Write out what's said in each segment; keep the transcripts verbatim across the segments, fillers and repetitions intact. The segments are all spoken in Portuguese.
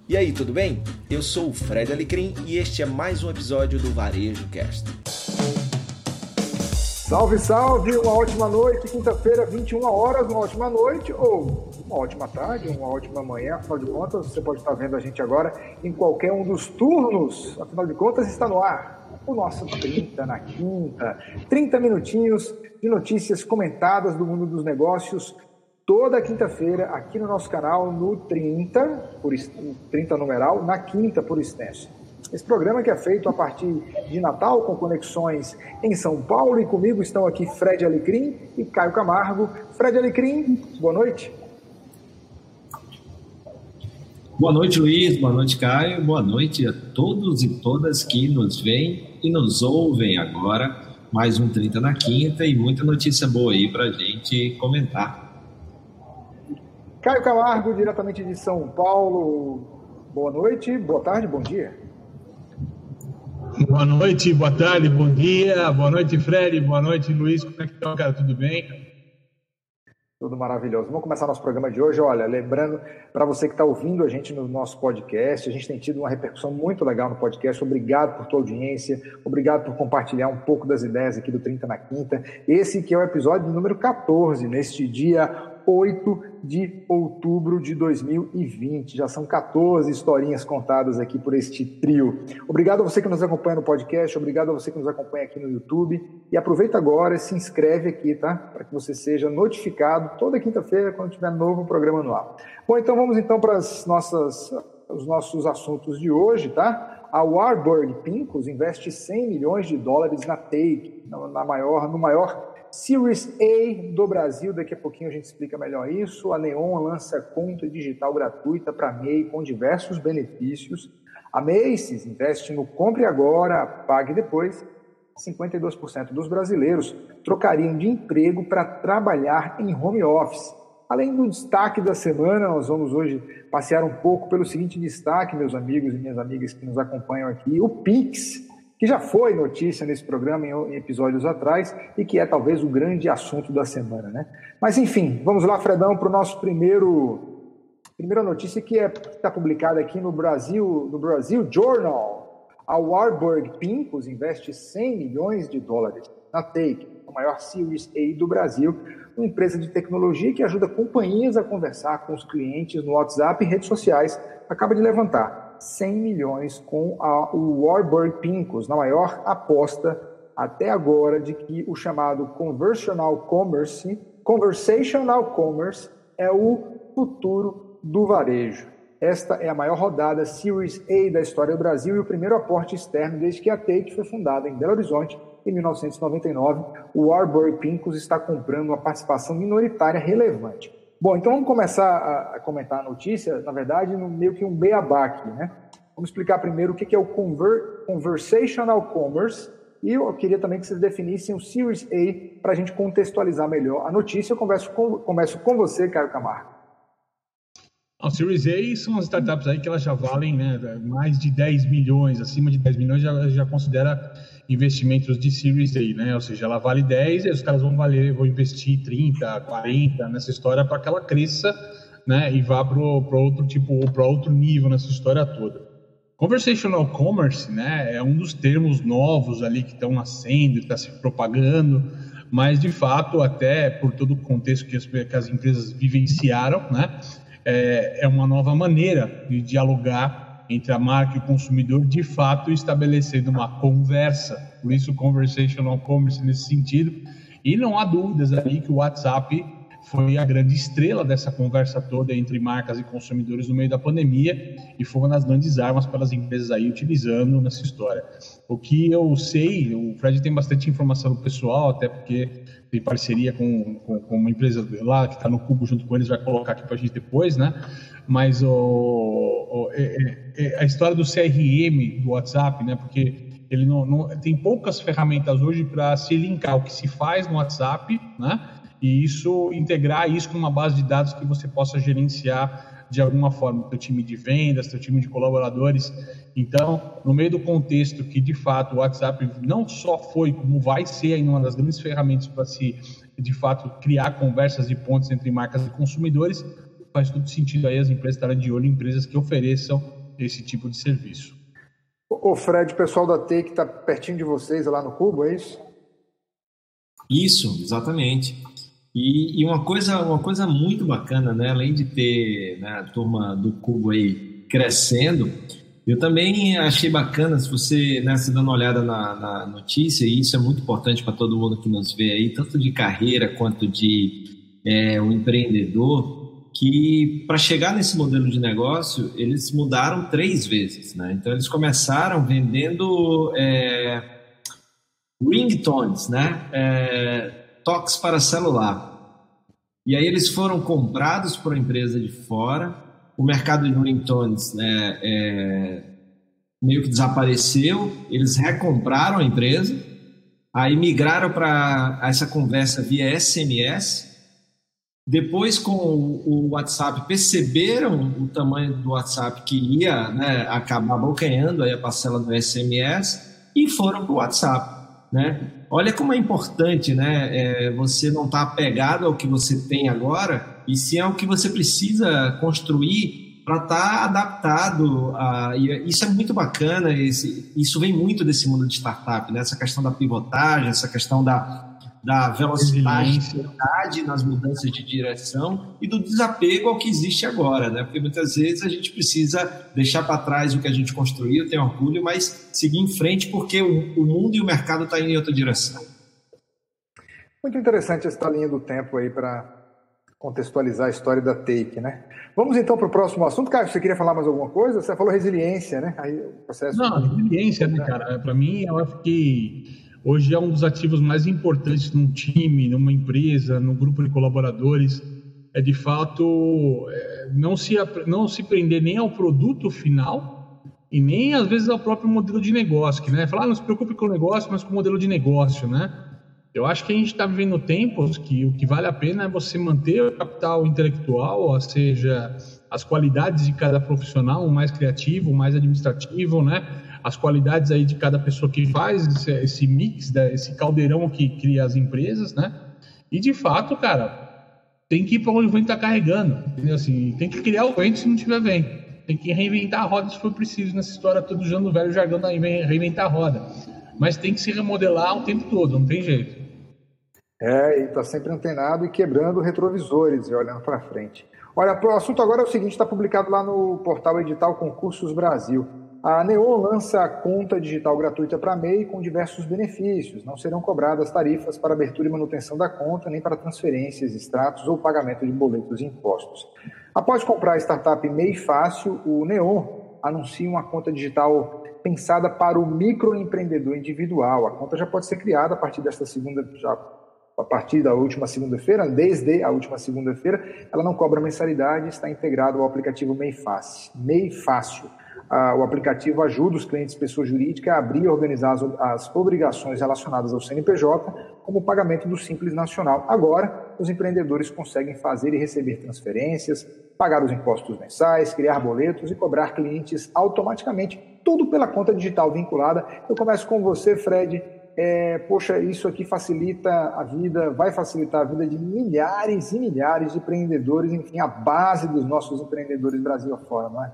E aí, tudo bem? Eu sou o Fred Alecrim e este é mais um episódio do Varejo Cast. Salve, salve! Uma ótima noite, quinta-feira, vinte e uma horas, uma ótima noite ou uma ótima tarde, uma ótima manhã. Afinal de contas, você pode estar vendo a gente agora em qualquer um dos turnos. Afinal de contas, está no ar o nosso trinta na quinta. trinta minutinhos de notícias comentadas do mundo dos negócios toda quinta-feira aqui no nosso canal, no trinta, por trinta numeral, na quinta por extenso. Esse programa que é feito a partir de Natal, com conexões em São Paulo, e comigo estão aqui Fred Alecrim e Caio Camargo. Fred Alecrim, boa noite. Boa noite, Luiz, boa noite, Caio, boa noite a todos e todas que nos veem e nos ouvem agora. Mais um trinta na quinta e muita notícia boa aí pra gente comentar. Caio Camargo, diretamente de São Paulo, boa noite, boa tarde, bom dia. Boa noite, boa tarde, bom dia, boa noite, Fred, boa noite, Luiz, como é que tá, cara, tudo bem? Tudo maravilhoso. Vamos começar nosso programa de hoje. Olha, lembrando para você que está ouvindo a gente no nosso podcast, a gente tem tido uma repercussão muito legal no podcast. Obrigado por tua audiência, obrigado por compartilhar um pouco das ideias aqui do trinta na quinta. Esse que é o episódio número catorze, neste dia oito de outubro de dois mil e vinte. Já são catorze historinhas contadas aqui por este trio. Obrigado a você que nos acompanha no podcast, obrigado a você que nos acompanha aqui no YouTube. E aproveita agora e se inscreve aqui, tá? Para que você seja notificado toda quinta-feira quando tiver novo programa no ar. Bom, então vamos então para as nossas, os nossos assuntos de hoje, tá? A Warburg Pincus investe cem milhões de dólares na Take, na maior, no maior Series A do Brasil. Daqui a pouquinho a gente explica melhor isso. A Neon lança conta digital gratuita para M E I com diversos benefícios. A Macy's investe no Compre Agora, Pague Depois. cinquenta e dois por cento dos brasileiros trocariam de emprego para trabalhar em home office. Além do destaque da semana, nós vamos hoje passear um pouco pelo seguinte destaque, meus amigos e minhas amigas que nos acompanham aqui. O Pix, que já foi notícia nesse programa em episódios atrás e que é talvez o grande assunto da semana, né? Mas enfim, vamos lá, Fredão, para o nosso primeiro primeira notícia que é, está publicada aqui no Brasil, no Brasil Journal. A Warburg Pincus investe cem milhões de dólares na Take, a maior Series A do Brasil, uma empresa de tecnologia que ajuda companhias a conversar com os clientes no WhatsApp e redes sociais. Acaba de levantar cem milhões com a Warburg Pincus, na maior aposta até agora de que o chamado Conversational Commerce, Conversational Commerce é o futuro do varejo. Esta é a maior rodada Series A da história do Brasil e o primeiro aporte externo desde que a Take foi fundada em Belo Horizonte em mil novecentos e noventa e nove. O Warburg Pincus está comprando uma participação minoritária relevante. Bom, então vamos começar a comentar a notícia, na verdade, no meio que um beabá aqui, né? Vamos explicar primeiro o que é o Conver- Conversational Commerce e eu queria também que vocês definissem o Series A para a gente contextualizar melhor a notícia. Eu converso com, começo com você, Caio Camargo. A Series A são as startups aí que elas já valem, né, mais de dez milhões, acima de dez milhões já, já considera investimentos de Series A, né? Ou seja, ela vale dez e os caras vão valer, vão investir trinta, quarenta nessa história para que ela cresça, né, e vá para outro tipo, para outro nível nessa história toda. Conversational Commerce, né, é um dos termos novos ali que estão nascendo, está se propagando, mas de fato, até por todo o contexto que as, que as empresas vivenciaram, né, é, é uma nova maneira de dialogar entre a marca e o consumidor, de fato estabelecendo uma conversa. Por isso, Conversational Commerce nesse sentido. E não há dúvidas ali que o WhatsApp foi a grande estrela dessa conversa toda entre marcas e consumidores no meio da pandemia e foi uma das grandes armas para as empresas aí utilizando nessa história. O que eu sei, o Fred tem bastante informação pessoal, até porque tem parceria com, com, com uma empresa lá que está no Cubo junto com eles, vai colocar aqui para a gente depois, né? Mas o, o, é, é, a história do C R M do WhatsApp, né? Porque ele não, não tem poucas ferramentas hoje para se linkar o que se faz no WhatsApp, né? E isso, integrar isso com uma base de dados que você possa gerenciar de alguma forma, teu time de vendas, teu time de colaboradores. Então, no meio do contexto que, de fato, o WhatsApp não só foi, como vai ser ainda uma das grandes ferramentas para se, de fato, criar conversas e pontes entre marcas e consumidores, faz todo sentido aí as empresas estarem de olho em empresas que ofereçam esse tipo de serviço. Ô Fred, o pessoal da Take está pertinho de vocês lá no Cubo, é isso? Isso, exatamente. E, e uma, coisa, uma coisa muito bacana, né? Além de ter, né, a turma do Cubo aí crescendo, eu também achei bacana, se você, né, se dando uma olhada na, na notícia, e isso é muito importante para todo mundo que nos vê aí, tanto de carreira quanto de é, um empreendedor, que para chegar nesse modelo de negócio, eles mudaram três vezes, né? Então, eles começaram vendendo é, ringtones, né? É, toques para celular. E aí eles foram comprados por uma empresa de fora, o mercado de ringtones, né, é, meio que desapareceu, eles recompraram a empresa, aí migraram para essa conversa via S M S. Depois, com o WhatsApp, perceberam o tamanho do WhatsApp que ia, né, acabar bloqueando aí a parcela do S M S e foram para o WhatsApp, né? Olha como é importante, né, é, você não estar apegado ao que você tem agora, e sim ao que você precisa construir para estar adaptado. A, e isso é muito bacana, esse, isso vem muito desse mundo de startup, né? Essa questão da pivotagem, essa questão da da velocidade nas mudanças de direção e do desapego ao que existe agora, né? Porque muitas vezes a gente precisa deixar para trás o que a gente construiu, tem orgulho, mas seguir em frente porque o, o mundo e o mercado estão indo em outra direção. Muito interessante essa linha do tempo aí para contextualizar a história da Take, né? Vamos então para o próximo assunto. Caio, você queria falar mais alguma coisa? Você falou resiliência, né? Aí o processo... Não, resiliência, né, cara? Para mim, eu acho que hoje é um dos ativos mais importantes num time, numa empresa, num grupo de colaboradores. É, de fato, é, não, se, não se prender nem ao produto final e nem, às vezes, ao próprio modelo de negócio. Que, né, falar, ah, não se preocupe com o negócio, mas com o modelo de negócio, né? Eu acho que a gente está vivendo tempos que o que vale a pena é você manter o capital intelectual, ou seja, as qualidades de cada profissional, o mais criativo, o mais administrativo, né? As qualidades aí de cada pessoa que faz esse, esse mix, né? Esse caldeirão que cria as empresas, né? E, de fato, cara, tem que ir para onde o vento está carregando, entendeu? Assim, tem que criar o vento se não tiver vento. Tem que reinventar a roda se for preciso, nessa história toda, usando o velho jargão da reinventar a roda. Mas tem que se remodelar o tempo todo, não tem jeito. É, e está sempre antenado e quebrando retrovisores e olhando para frente. Olha, o assunto agora é o seguinte, está publicado lá no portal edital Concursos Brasil. A Neon lança a conta digital gratuita para M E I com diversos benefícios. Não serão cobradas tarifas para abertura e manutenção da conta, nem para transferências, extratos ou pagamento de boletos e impostos. Após comprar a startup M E I Fácil, o Neon anuncia uma conta digital pensada para o microempreendedor individual. A conta já pode ser criada a partir desta segunda, já, a partir da última segunda-feira, desde a última segunda-feira. Ela não cobra mensalidade, está integrado ao aplicativo M E I Fácil. M E I Fácil. Ah, o aplicativo ajuda os clientes pessoa jurídica a abrir e organizar as, as obrigações relacionadas ao C N P J, como o pagamento do Simples Nacional. Agora, os empreendedores conseguem fazer e receber transferências, pagar os impostos mensais, criar boletos e cobrar clientes automaticamente, tudo pela conta digital vinculada. Eu começo com você, Fred. É, poxa, isso aqui facilita a vida, vai facilitar a vida de milhares e milhares de empreendedores, enfim, a base dos nossos empreendedores Brasil afora, não é?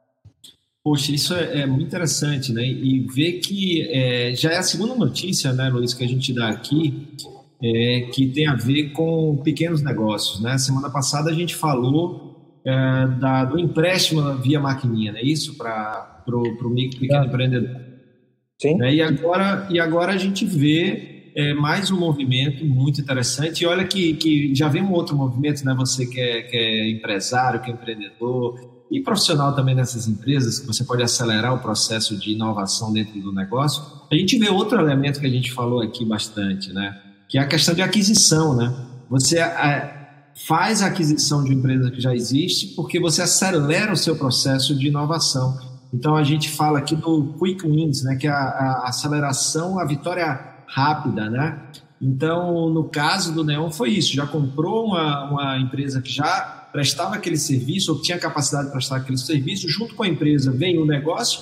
Poxa, isso é, é muito interessante, né? E ver que é, já é a segunda notícia, né, Luiz, que a gente dá aqui, é, que tem a ver com pequenos negócios, né? Semana passada a gente falou é, da, do empréstimo via maquininha, né? Isso para o micro pequeno é. empreendedor. Sim. Né? E, agora, e agora a gente vê é, mais um movimento muito interessante. E olha que, que já vem um outro movimento, né? Você que é, que é empresário, que é empreendedor e profissional também nessas empresas, que você pode acelerar o processo de inovação dentro do negócio. A gente vê outro elemento que a gente falou aqui bastante, né? Que é a questão de aquisição, né? Você a, faz a aquisição de uma empresa que já existe porque você acelera o seu processo de inovação. Então, a gente fala aqui do Quick Wins, né? Que é a, a aceleração, a vitória rápida, né? Então, no caso do Neon foi isso, já comprou uma, uma empresa que já prestava aquele serviço, ou tinha capacidade de prestar aquele serviço, junto com a empresa vem o negócio,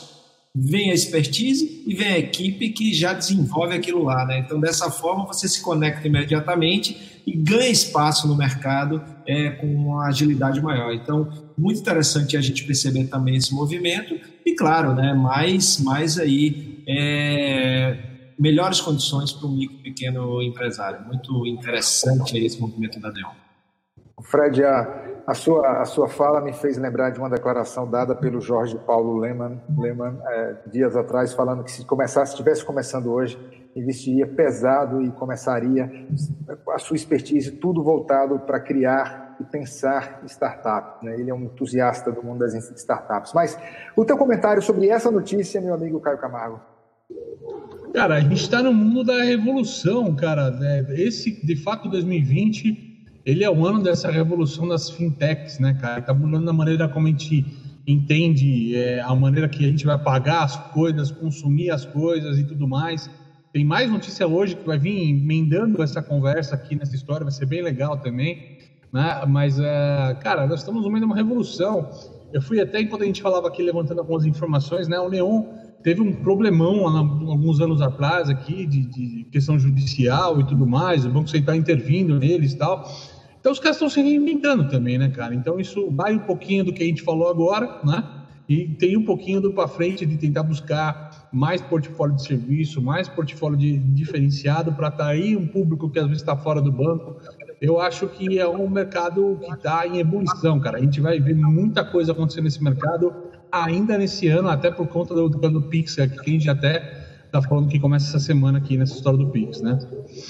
vem a expertise e vem a equipe que já desenvolve aquilo lá, né? Então, dessa forma, você se conecta imediatamente e ganha espaço no mercado é, com uma agilidade maior. Então, muito interessante a gente perceber também esse movimento e, claro, né, mais, mais aí, é, melhores condições para o micro e pequeno empresário. Muito interessante aí esse movimento da Neon. Fred, a, a, sua, a sua fala me fez lembrar de uma declaração dada pelo Jorge Paulo Lemann, Lemann é, dias atrás, falando que se começasse, estivesse começando hoje, investiria pesado e começaria a sua expertise tudo voltado para criar e pensar startup, né? Ele é um entusiasta do mundo das startups. Mas o teu comentário sobre essa notícia, meu amigo Caio Camargo? Cara, a gente está no mundo da revolução, cara. Esse, de fato, dois mil e vinte... ele é o ano dessa revolução das fintechs, né, cara? Está mudando a maneira como a gente entende, é, a maneira que a gente vai pagar as coisas, consumir as coisas e tudo mais. Tem mais notícia hoje que vai vir emendando essa conversa aqui nessa história, vai ser bem legal também, né? Mas, é, cara, nós estamos no meio de uma revolução. Eu fui até, enquanto a gente falava aqui, levantando algumas informações, né? O Neon teve um problemão há alguns anos atrás aqui, de, de questão judicial e tudo mais, o Banco Central intervindo neles e tal. Então os caras estão se reinventando também, né, cara? Então isso vai um pouquinho do que a gente falou agora, né? E tem um pouquinho do para frente de tentar buscar mais portfólio de serviço, mais portfólio de, diferenciado para atrair um público que às vezes está fora do banco. Eu acho que é um mercado que está em ebulição, cara. A gente vai ver muita coisa acontecendo nesse mercado ainda nesse ano, até por conta do, do Pix, que a gente até está falando que começa essa semana aqui nessa história do Pix, né?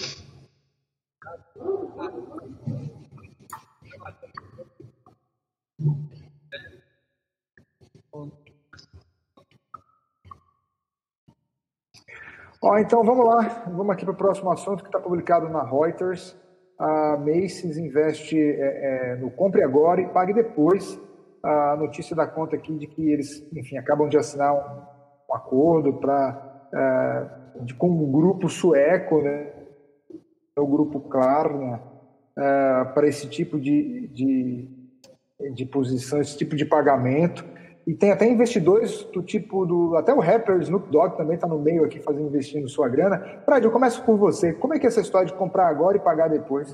Ó, então vamos lá, vamos aqui para o próximo assunto que está publicado na Reuters. A Macy's investe é, é, no compre agora e pague depois. A notícia da conta aqui de que eles, enfim, acabam de assinar um, um acordo para é, de, com um grupo sueco, né, o grupo Klarna, é, para esse tipo de, de, de posição, esse tipo de pagamento. E tem até investidores do tipo do... Até o rapper Snoop Dogg também está no meio aqui fazendo, investindo sua grana. Fred, eu começo por você. Como é que é essa história de comprar agora e pagar depois?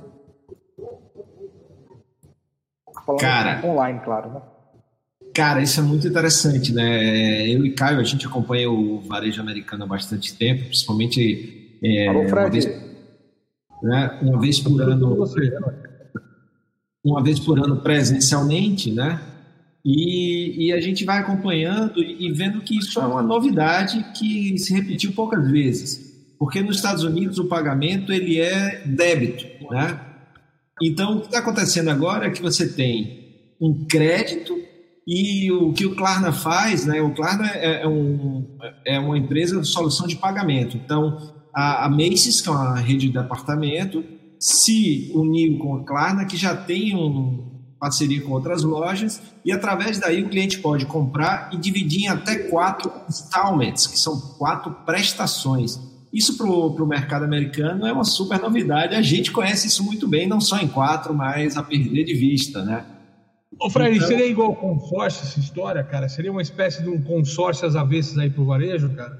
Falando cara, online, claro, né? Cara, isso é muito interessante, né? Eu e Caio, a gente acompanha o varejo americano há bastante tempo, principalmente é, Alô, Fred. Uma, vez, né, uma vez por ano, uma vez por ano presencialmente, né? E, e a gente vai acompanhando e vendo que isso é uma novidade que se repetiu poucas vezes, porque nos Estados Unidos o pagamento ele é débito, né? Então o que está acontecendo agora é que você tem um crédito e o que o Klarna faz, né? O Klarna é, é, um, é uma empresa de solução de pagamento. Então a, a Macy's, que é uma rede de departamento, se uniu com a Klarna, que já tem um parceria com outras lojas, e através daí o cliente pode comprar e dividir em até quatro installments, que são quatro prestações. Isso para o mercado americano é uma super novidade. A gente conhece isso muito bem, não só em quatro, mas a perder de vista, né? Ô, Fred, então... seria igual consórcio essa história, cara? Seria uma espécie de um consórcio às avessas aí pro varejo, cara?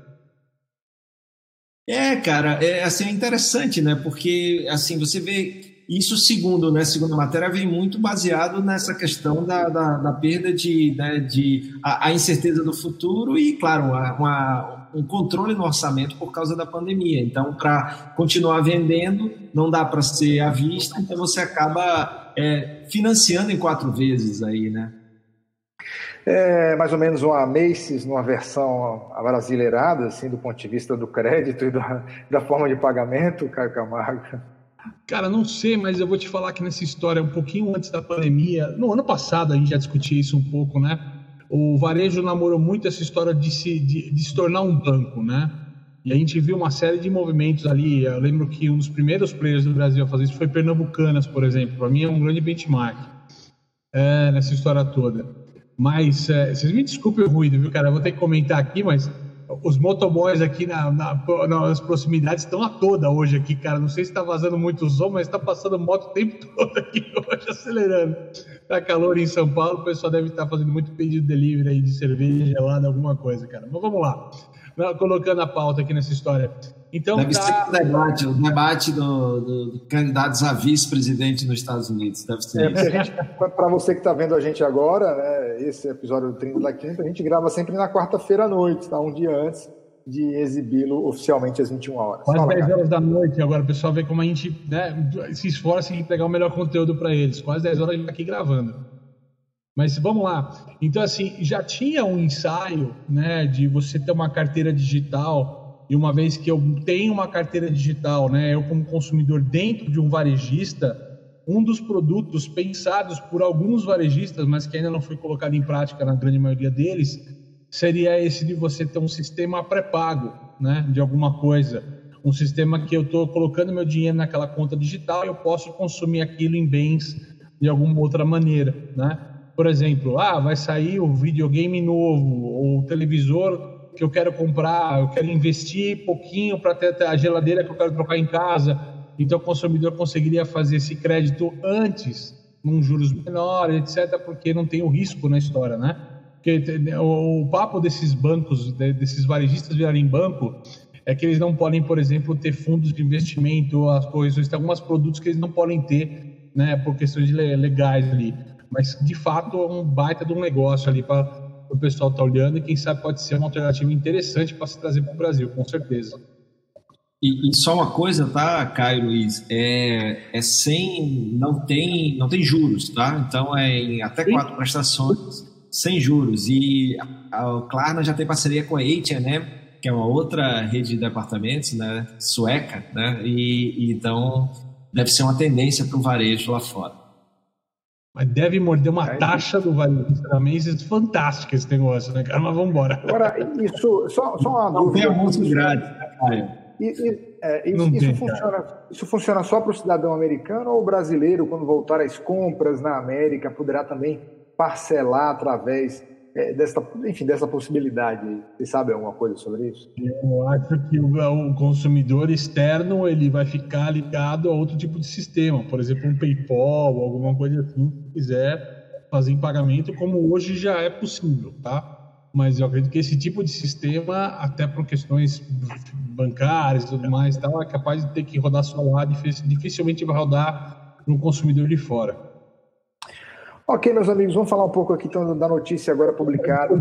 É, cara, é, assim, é interessante, né? Porque, assim, você vê... Isso, segundo, né, segundo a matéria, vem muito baseado nessa questão da, da, da perda de, né, de a, a incerteza do futuro e, claro, uma, uma, um controle no orçamento por causa da pandemia. Então, para continuar vendendo, não dá para ser à vista, então você acaba é, financiando em quatro vezes aí, né? É mais ou menos uma Macy's numa versão abrasileirada, assim, do ponto de vista do crédito e da, da forma de pagamento, Caio Camargo. Cara, não sei, mas eu vou te falar que nessa história, um pouquinho antes da pandemia, no ano passado a gente já discutia isso um pouco, né? O varejo namorou muito essa história de se, de, de se tornar um banco, né? E a gente viu uma série de movimentos ali. Eu lembro que um dos primeiros players do Brasil a fazer isso foi Pernambucanas, por exemplo. Para mim é um grande benchmark é, nessa história toda. Mas, é, vocês me desculpem o ruído, viu, cara? Eu vou ter que comentar aqui, mas... Os motoboys aqui na, na, nas proximidades estão a toda hoje aqui, cara. Não sei se está vazando muito som, mas está passando moto o tempo todo aqui hoje, acelerando. tá calor em São Paulo, o pessoal deve estar fazendo muito pedido de delivery aí de cerveja gelada, alguma coisa, cara. Mas vamos lá. Colocando a pauta aqui nessa história. Então, deve tá... ser o debate, o debate do, do, do candidatos a vice-presidente nos Estados Unidos. Deve ser é, para você que está vendo a gente agora, né, esse episódio do trinta da quinta, a gente grava sempre na quarta-feira à noite, tá? Um dia antes de exibi-lo oficialmente às vinte e uma horas. Quase Fala, dez cara. horas da noite, agora o pessoal vê como a gente, né, se esforça em pegar o melhor conteúdo para eles. Quase dez horas a gente tá aqui gravando. Mas vamos lá. Então, assim, já tinha um ensaio, né, de você ter uma carteira digital, e uma vez que eu tenho uma carteira digital, né, eu como consumidor dentro de um varejista, um dos produtos pensados por alguns varejistas, mas que ainda não foi colocado em prática na grande maioria deles, seria esse de você ter um sistema pré-pago, né, de alguma coisa. Um sistema que eu estou colocando meu dinheiro naquela conta digital e eu posso consumir aquilo em bens de alguma outra maneira, né? Por exemplo, ah, vai sair o videogame novo, ou o televisor que eu quero comprar, eu quero investir pouquinho para ter a geladeira que eu quero trocar em casa. Então, o consumidor conseguiria fazer esse crédito antes, num juros menores, etcétera, porque não tem o risco na história, né? Porque o papo desses bancos, desses varejistas virarem banco, é que eles não podem, por exemplo, ter fundos de investimento, as coisas, tem alguns produtos que eles não podem ter, né, por questões legais ali. Mas, de fato, é um baita de um negócio ali para o pessoal estar tá olhando e, quem sabe, pode ser uma alternativa interessante para se trazer para o Brasil, com certeza. E, e só uma coisa, tá, Caio Luiz? É, é sem... Não tem, não tem juros, tá? Então, é em até quatro prestações sem juros. E a, a Klarna já tem parceria com a H and M, que é uma outra rede de apartamentos, né, sueca, né? E, e então, deve ser uma tendência para o varejo lá fora. Mas deve morder uma é, taxa do varejista também. Isso é fantástico esse negócio, né, cara? Mas vamos embora. Agora, isso, só, só uma não dúvida. Não tem almoço grátis, né, Caio? E, e, é, isso, isso, tem, funciona, isso funciona só para o cidadão americano ou o brasileiro, quando voltar às compras na América, poderá também parcelar através é, dessa, enfim, dessa possibilidade? Você sabe alguma coisa sobre isso? Eu acho que o, o consumidor externo ele vai ficar ligado a outro tipo de sistema, por exemplo, um PayPal, alguma coisa assim, se quiser fazer em pagamento, como hoje já é possível, tá? Mas eu acredito que esse tipo de sistema, até por questões bancárias e tudo mais, tal, é capaz de ter que rodar só lá, dificilmente vai rodar no consumidor de fora. Ok, meus amigos, vamos falar um pouco aqui então, da notícia agora publicada.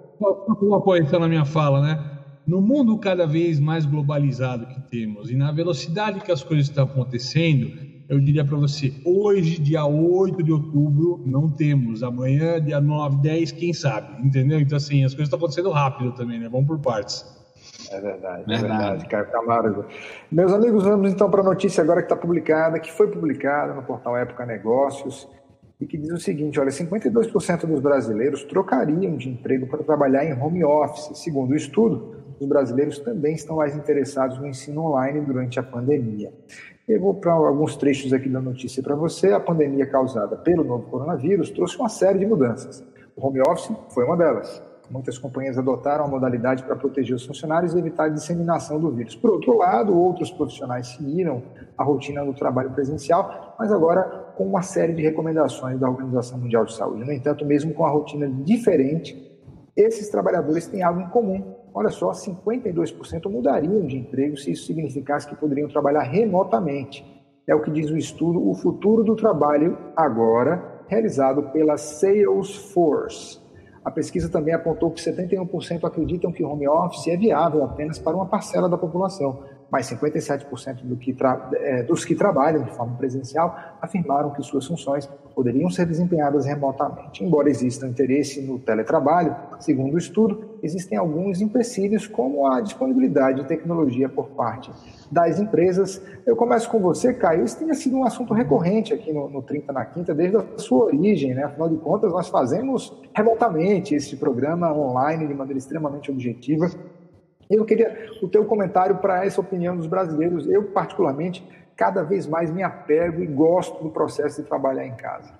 Uma coisa então, na minha fala, né? No mundo cada vez mais globalizado que temos e na velocidade que as coisas estão acontecendo, eu diria para você, hoje, dia oito de outubro, não temos. Amanhã, dia nove, dez, quem sabe, entendeu? Então, assim, as coisas estão acontecendo rápido também, né? Vamos por partes. É verdade, é verdade, Caio Camargo. Meus amigos, vamos então para a notícia agora que está publicada, que foi publicada no portal Época Negócios, e que diz o seguinte, olha, cinquenta e dois por cento dos brasileiros trocariam de emprego para trabalhar em home office. Segundo o estudo, os brasileiros também estão mais interessados no ensino online durante a pandemia. Eu vou para alguns trechos aqui da notícia para você. A pandemia causada pelo novo coronavírus trouxe uma série de mudanças. O home office foi uma delas. Muitas companhias adotaram a modalidade para proteger os funcionários e evitar a disseminação do vírus. Por outro lado, outros profissionais seguiram a rotina do trabalho presencial, mas agora com uma série de recomendações da Organização Mundial de Saúde. No entanto, mesmo com a rotina diferente, esses trabalhadores têm algo em comum. Olha só, cinquenta e dois por cento mudariam de emprego se isso significasse que poderiam trabalhar remotamente. É o que diz o estudo O Futuro do Trabalho Agora, realizado pela Salesforce. A pesquisa também apontou que setenta e um por cento acreditam que o home office é viável apenas para uma parcela da população, mas cinquenta e sete por cento do que tra... é, dos que trabalham de forma presencial afirmaram que suas funções poderiam ser desempenhadas remotamente. Embora exista interesse no teletrabalho, segundo o estudo, existem alguns empecilhos, como a disponibilidade de tecnologia por parte das empresas. Eu começo com você, Caio. Isso tem sido um assunto recorrente aqui no, no trinta na quinta, desde a sua origem, né? Afinal de contas, nós fazemos remotamente esse programa online de maneira extremamente objetiva. Eu queria o teu comentário para essa opinião dos brasileiros. Eu, particularmente, cada vez mais me apego e gosto do processo de trabalhar em casa.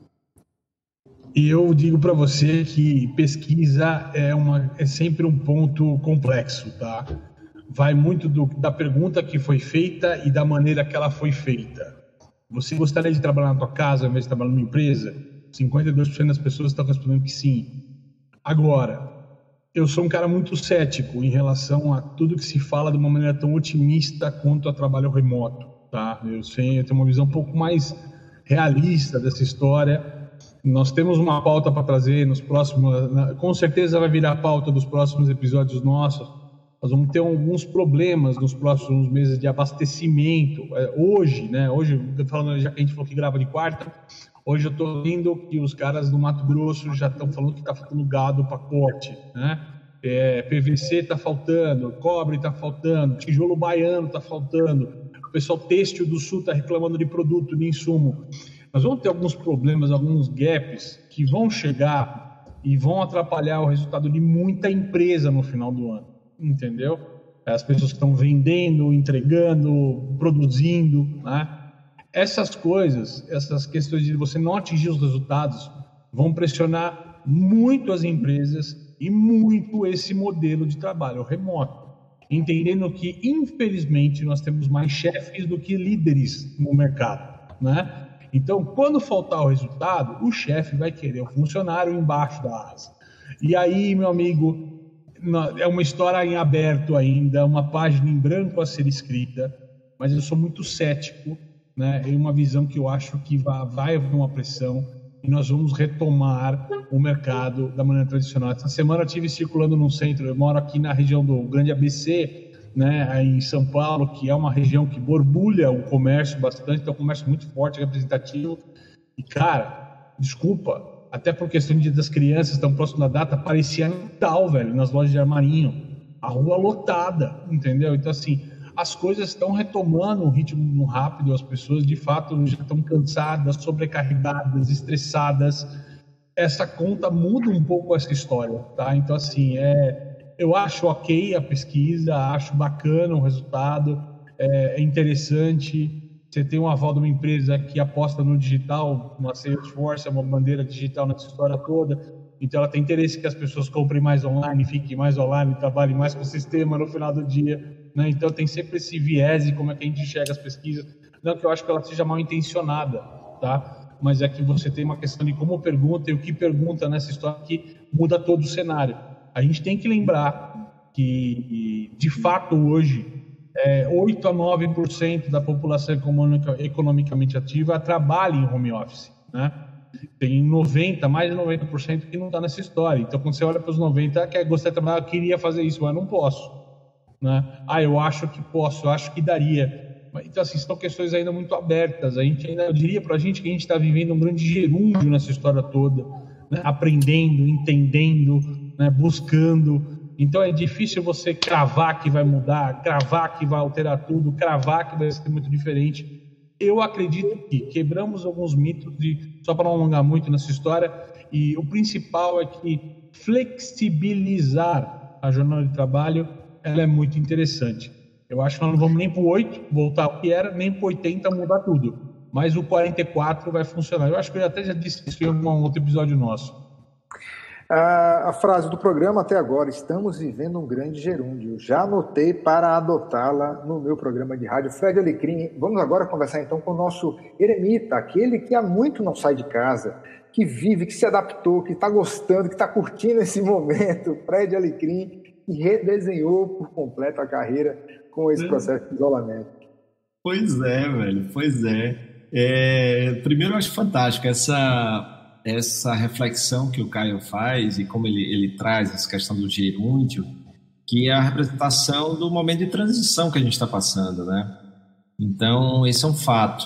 Eu digo para você que pesquisa é, uma, é sempre um ponto complexo, tá? Vai muito do, da pergunta que foi feita e da maneira que ela foi feita. Você gostaria de trabalhar na tua casa ao invés de trabalhar numa empresa? cinquenta e dois por cento das pessoas estão respondendo que sim. Agora, eu sou um cara muito cético em relação a tudo que se fala de uma maneira tão otimista quanto a trabalho remoto, tá? Eu, sei, eu tenho uma visão um pouco mais realista dessa história. Nós temos uma pauta para trazer nos próximos... Com certeza vai virar pauta dos próximos episódios nossos. Nós vamos ter alguns problemas nos próximos meses de abastecimento. Hoje, né? Hoje, falando, já que a gente falou que grava de quarta, hoje eu estou vendo que os caras do Mato Grosso já estão falando que está faltando gado para corte, né? É, P V C está faltando, cobre está faltando, tijolo baiano está faltando, o pessoal têxtil do Sul está reclamando de produto, de insumo. Nós vamos ter alguns problemas, alguns gaps que vão chegar e vão atrapalhar o resultado de muita empresa no final do ano, entendeu? As pessoas que estão vendendo, entregando, produzindo, né? Essas coisas, essas questões de você não atingir os resultados vão pressionar muito as empresas e muito esse modelo de trabalho remoto, entendendo que, infelizmente, nós temos mais chefes do que líderes no mercado, né? Então, quando faltar o resultado, o chefe vai querer o funcionário embaixo da asa. E aí, meu amigo, é uma história em aberto ainda, uma página em branco a ser escrita, mas eu sou muito cético, né? É uma visão que eu acho que vai, vai haver uma pressão e nós vamos retomar o mercado da maneira tradicional. Essa semana eu estive circulando no centro, eu moro aqui na região do Grande A B C, né, em São Paulo, que é uma região que borbulha o comércio bastante, então é um comércio muito forte, representativo. E, cara, desculpa, até por questão de das crianças tão próximo da data, parecia Natal, velho, nas lojas de armarinho. A rua lotada, entendeu? Então, assim, as coisas estão retomando um ritmo rápido, as pessoas de fato já estão cansadas, sobrecarregadas, estressadas. Essa conta muda um pouco essa história, tá? Então, assim, é, eu acho ok a pesquisa, acho bacana o resultado, é, é interessante. Você tem um aval de uma empresa que aposta no digital, uma Salesforce, é uma bandeira digital nessa história toda, então ela tem interesse que as pessoas comprem mais online, fiquem mais online, trabalhem mais com o sistema no final do dia, né? Então tem sempre esse viés e como é que a gente enxerga as pesquisas. Não que eu acho que ela seja mal intencionada, tá? Mas é que você tem uma questão de como pergunta e o que pergunta nessa história que muda todo o cenário. A gente tem que lembrar que, de fato, hoje, é, oito a nove por cento da população econômica, economicamente ativa trabalha em home office, né? Tem noventa, mais de noventa por cento que não está nessa história. Então, quando você olha para os noventa, quer gostar de trabalhar, eu queria fazer isso, mas não posso, né? Ah, eu acho que posso, eu acho que daria. Então, assim, são questões ainda muito abertas. A gente ainda, eu diria para a gente que a gente está vivendo um grande gerúndio nessa história toda, né? Aprendendo, entendendo, né? Buscando. Então, é difícil você cravar que vai mudar, cravar que vai alterar tudo, cravar que vai ser muito diferente. Eu acredito que quebramos alguns mitos, de, só para não alongar muito nessa história, e o principal é que flexibilizar a jornada de trabalho ela é muito interessante. Eu acho que nós não vamos nem para o oito, voltar ao que era, nem para o oitenta, mudar tudo. Mas o quarenta e quatro vai funcionar. Eu acho que eu até já disse isso em um outro episódio nosso. A, a frase do programa até agora, estamos vivendo um grande gerúndio. Já anotei para adotá-la no meu programa de rádio. Fred Alecrim, vamos agora conversar então com o nosso eremita, aquele que há muito não sai de casa, que vive, que se adaptou, que está gostando, que está curtindo esse momento. Fred Alecrim, que redesenhou por completo a carreira com esse processo de isolamento. Pois é, velho, pois é. é primeiro, eu acho fantástico essa... essa reflexão que o Caio faz e como ele, ele traz essa questão do gerúndio, que é a representação do momento de transição que a gente está passando, né? Então, esse é um fato.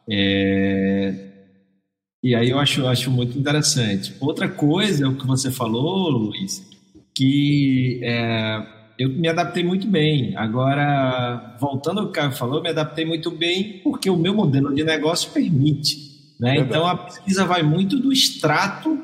É... E aí eu acho, acho muito interessante. Outra coisa é o que você falou, Luiz, que é, eu me adaptei muito bem. Agora, voltando ao que o Caio falou, eu me adaptei muito bem porque o meu modelo de negócio permite. Né? Então a pesquisa vai muito do extrato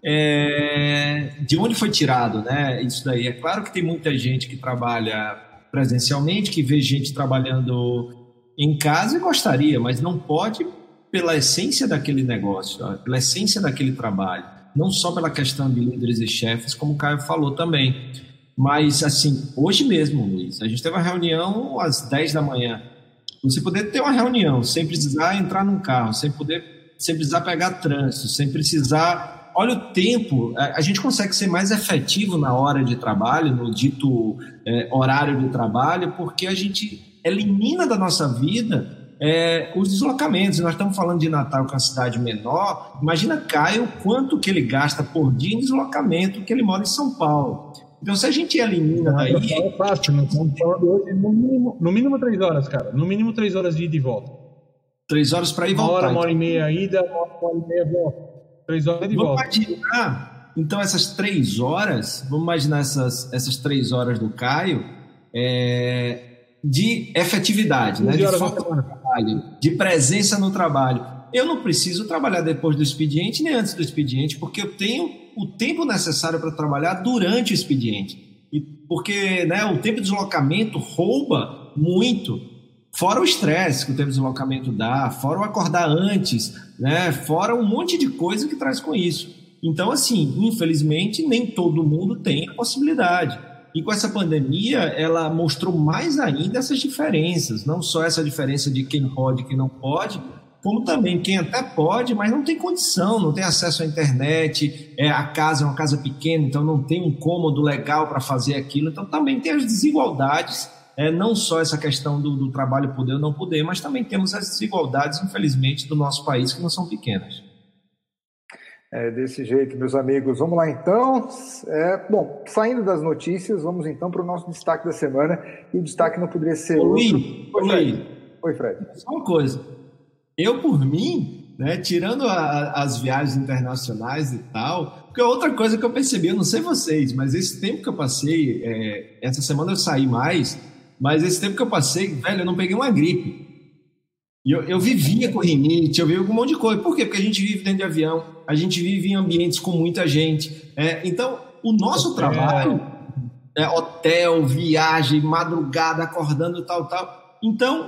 é, de onde foi tirado, né? Isso daí. É claro que tem muita gente que trabalha presencialmente, que vê gente trabalhando em casa e gostaria, mas não pode pela essência daquele negócio, pela essência daquele trabalho, não só pela questão de líderes e chefes, como o Caio falou também. Mas assim, hoje mesmo, Luiz, a gente teve uma reunião às dez da manhã. Você poder ter uma reunião sem precisar entrar num carro, sem poder sem precisar pegar trânsito, sem precisar... Olha o tempo, a gente consegue ser mais efetivo na hora de trabalho, no dito é, horário de trabalho, porque a gente elimina da nossa vida é, os deslocamentos. Nós estamos falando de Natal, que é uma cidade menor. Imagina, Caio, quanto que ele gasta por dia em deslocamento, que ele mora em São Paulo. Então, se a gente elimina daí... É fácil, no São Paulo hoje, no mínimo, no mínimo três horas, cara. No mínimo três horas de ida e volta. Três horas para ir e voltar. Uma hora, uma hora e meia ida, uma hora e meia volta. Três horas de volta. Vamos imaginar, então, essas três horas, vamos imaginar essas, essas três horas do Caio é, de efetividade, né? De foco no trabalho, de presença no trabalho. Eu não preciso trabalhar depois do expediente nem antes do expediente, porque eu tenho o tempo necessário para trabalhar durante o expediente. E porque, né, o tempo de deslocamento rouba muito. Fora o estresse que o tempo de deslocamento dá, fora o acordar antes, né? Fora um monte de coisa que traz com isso. Então, assim, infelizmente, nem todo mundo tem a possibilidade. E com essa pandemia, ela mostrou mais ainda essas diferenças. Não só essa diferença de quem pode e quem não pode, como também quem até pode, mas não tem condição, não tem acesso à internet, é, a casa é uma casa pequena, então não tem um cômodo legal para fazer aquilo. Então, também tem as desigualdades. É, não só essa questão do, do trabalho poder ou não poder, mas também temos as desigualdades, infelizmente, do nosso país, que não são pequenas. É desse jeito, meus amigos. Vamos lá, então. É, bom, saindo das notícias, vamos então para o nosso destaque da semana. E o destaque não poderia ser Oi, outro... Oi, Fred. Oi, Fred. Só uma coisa. Eu, por mim, né, tirando a, as viagens internacionais e tal, porque outra coisa que eu percebi, eu não sei vocês, mas esse tempo que eu passei, é, essa semana eu saí mais... Mas esse tempo que eu passei, velho, eu não peguei uma gripe. E eu, eu vivia com rinite, eu vivia com um monte de coisa. Por quê? Porque a gente vive dentro de avião, a gente vive em ambientes com muita gente. É, então, o nosso hotel. trabalho, é, hotel, viagem, madrugada, acordando, tal, tal. Então,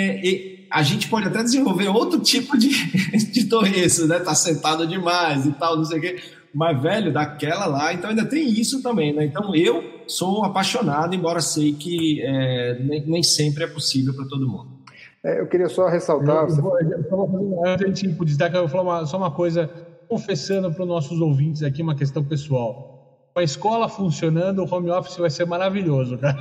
é, a gente pode até desenvolver outro tipo de, de doença, né? Tá sentado demais e tal, não sei o quê. Mas, velho, daquela lá, então ainda tem isso também, né? Então, eu sou um apaixonado, embora sei que é, nem, nem sempre é possível para todo mundo. É, eu queria só ressaltar... Eu, eu, eu, eu, antes de a gente destacar, eu vou falar uma, só uma coisa, confessando para os nossos ouvintes aqui uma questão pessoal. Com a escola funcionando, o home office vai ser maravilhoso, cara.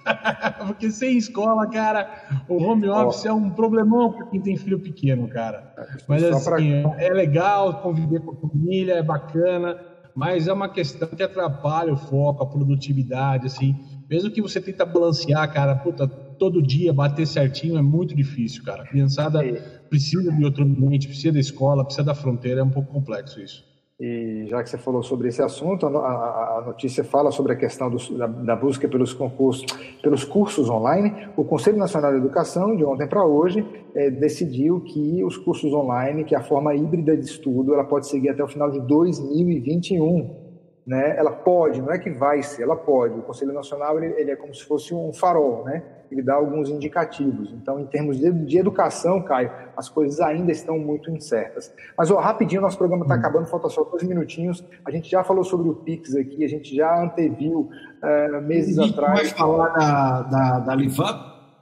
Porque sem escola, cara, o home office oh. é um problemão para quem tem filho pequeno, cara. Mas assim, pra... é legal conviver com a família, é bacana, mas é uma questão que atrapalha o foco, a produtividade, assim. Mesmo que você tenta balancear, cara, puta, todo dia bater certinho é muito difícil, cara. A criançada é. precisa de outro ambiente, precisa da escola, precisa da fronteira, é um pouco complexo isso. E já que você falou sobre esse assunto, a, a notícia fala sobre a questão do, da, da busca pelos concursos, pelos cursos online. O Conselho Nacional de Educação, de ontem para hoje, é, decidiu que os cursos online, que a forma híbrida de estudo, ela pode seguir até o final de dois mil e vinte e um. Né? Ela pode, não é que vai ser, ela pode. O Conselho Nacional ele, ele é como se fosse um farol, né? Ele dá alguns indicativos. Então, em termos de, de educação, Caio, as coisas ainda estão muito incertas. Mas, ó, rapidinho, nosso programa está acabando, falta só dois minutinhos. A gente já falou sobre o Pix aqui, a gente já anteviu uh, meses e atrás. Vai falar da, da, da Livap?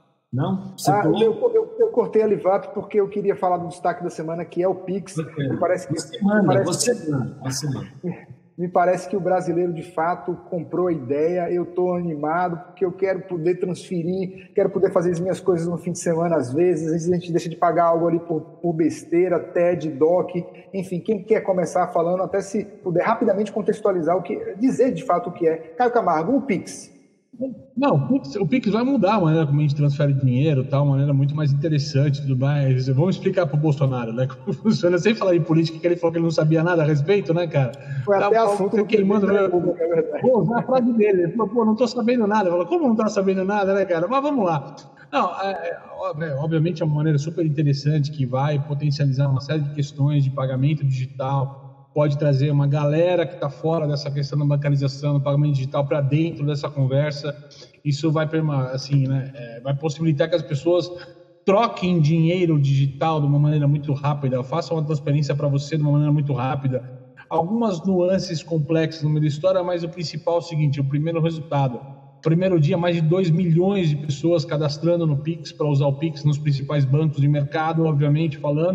Não? Você ah, eu, eu, eu cortei a Livap porque eu queria falar do destaque da semana, que é o Pix. Me parece que, você manda, parece você que... manda, você manda. Me parece que o brasileiro, de fato, comprou a ideia. Eu estou animado porque eu quero poder transferir, quero poder fazer as minhas coisas no fim de semana, às vezes. Às vezes a gente deixa de pagar algo ali por, por besteira, T E D, D O C. Enfim, quem quer começar falando, até se puder rapidamente contextualizar, o que, dizer de fato o que é. Caio Camargo, o Pix. Não, o Pix, o Pix vai mudar a maneira como a gente transfere dinheiro, tal, uma maneira muito mais interessante, tudo mais. Vamos explicar para o Bolsonaro, né, como funciona, sem falar em política, que ele falou que ele não sabia nada a respeito, né, cara? Foi tá, até assunto que queimando, ele público, é verdade. Pô, usar a frase dele, ele falou, pô, não tô sabendo nada. Ele falou, como não tá sabendo nada, né, cara? Mas vamos lá. Não, é, é, obviamente é uma maneira super interessante que vai potencializar uma série de questões de pagamento digital, pode trazer uma galera que está fora dessa questão da bancarização, do pagamento digital para dentro dessa conversa. Isso vai, assim, né, é, vai possibilitar que as pessoas troquem dinheiro digital de uma maneira muito rápida, façam uma transferência para você de uma maneira muito rápida. Algumas nuances complexas no meio da história, mas o principal é o seguinte, o primeiro resultado. Primeiro dia, mais de dois milhões de pessoas cadastrando no Pix para usar o Pix nos principais bancos de mercado, obviamente falando.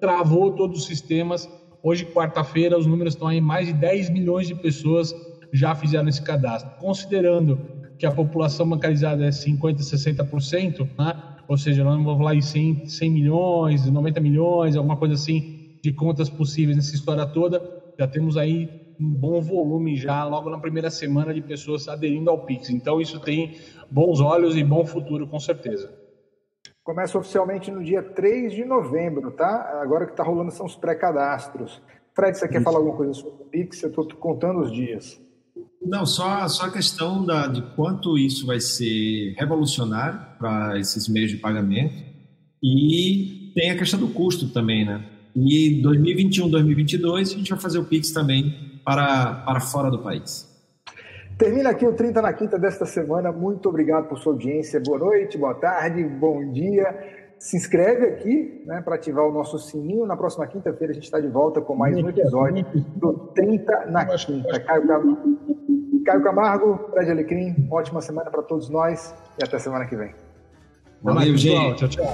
travou todos os sistemas. Hoje, quarta-feira, os números estão aí, mais de dez milhões de pessoas já fizeram esse cadastro. Considerando que a população bancarizada é cinquenta, sessenta por cento, né? Ou seja, nós vamos falar em cem, cem milhões, noventa milhões, alguma coisa assim, de contas possíveis nessa história toda. Já temos aí um bom volume já, logo na primeira semana, de pessoas aderindo ao Pix. Então, isso tem bons olhos e bom futuro, com certeza. Começa oficialmente no dia três de novembro, tá? Agora que está rolando são os pré-cadastros. Fred, você quer falar alguma coisa sobre o Pix? Eu estou contando os dias. Não, só, só a questão da, de quanto isso vai ser revolucionário para esses meios de pagamento, e tem a questão do custo também, né? E dois mil e vinte e um, dois mil e vinte e dois a gente vai fazer o Pix também para, para fora do país. Termina aqui o trinta na quinta desta semana. Muito obrigado por sua audiência. Boa noite, boa tarde, bom dia. Se inscreve aqui, né, para ativar o nosso sininho. Na próxima quinta-feira a gente está de volta com mais um episódio do trinta na quinta. Caio Camargo, Caio Camargo, Fred Alecrim, ótima semana para todos nós e até semana que vem. Valeu, gente. Tchau, tchau.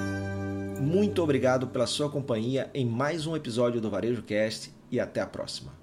Muito obrigado pela sua companhia em mais um episódio do Varejo Cast e até a próxima.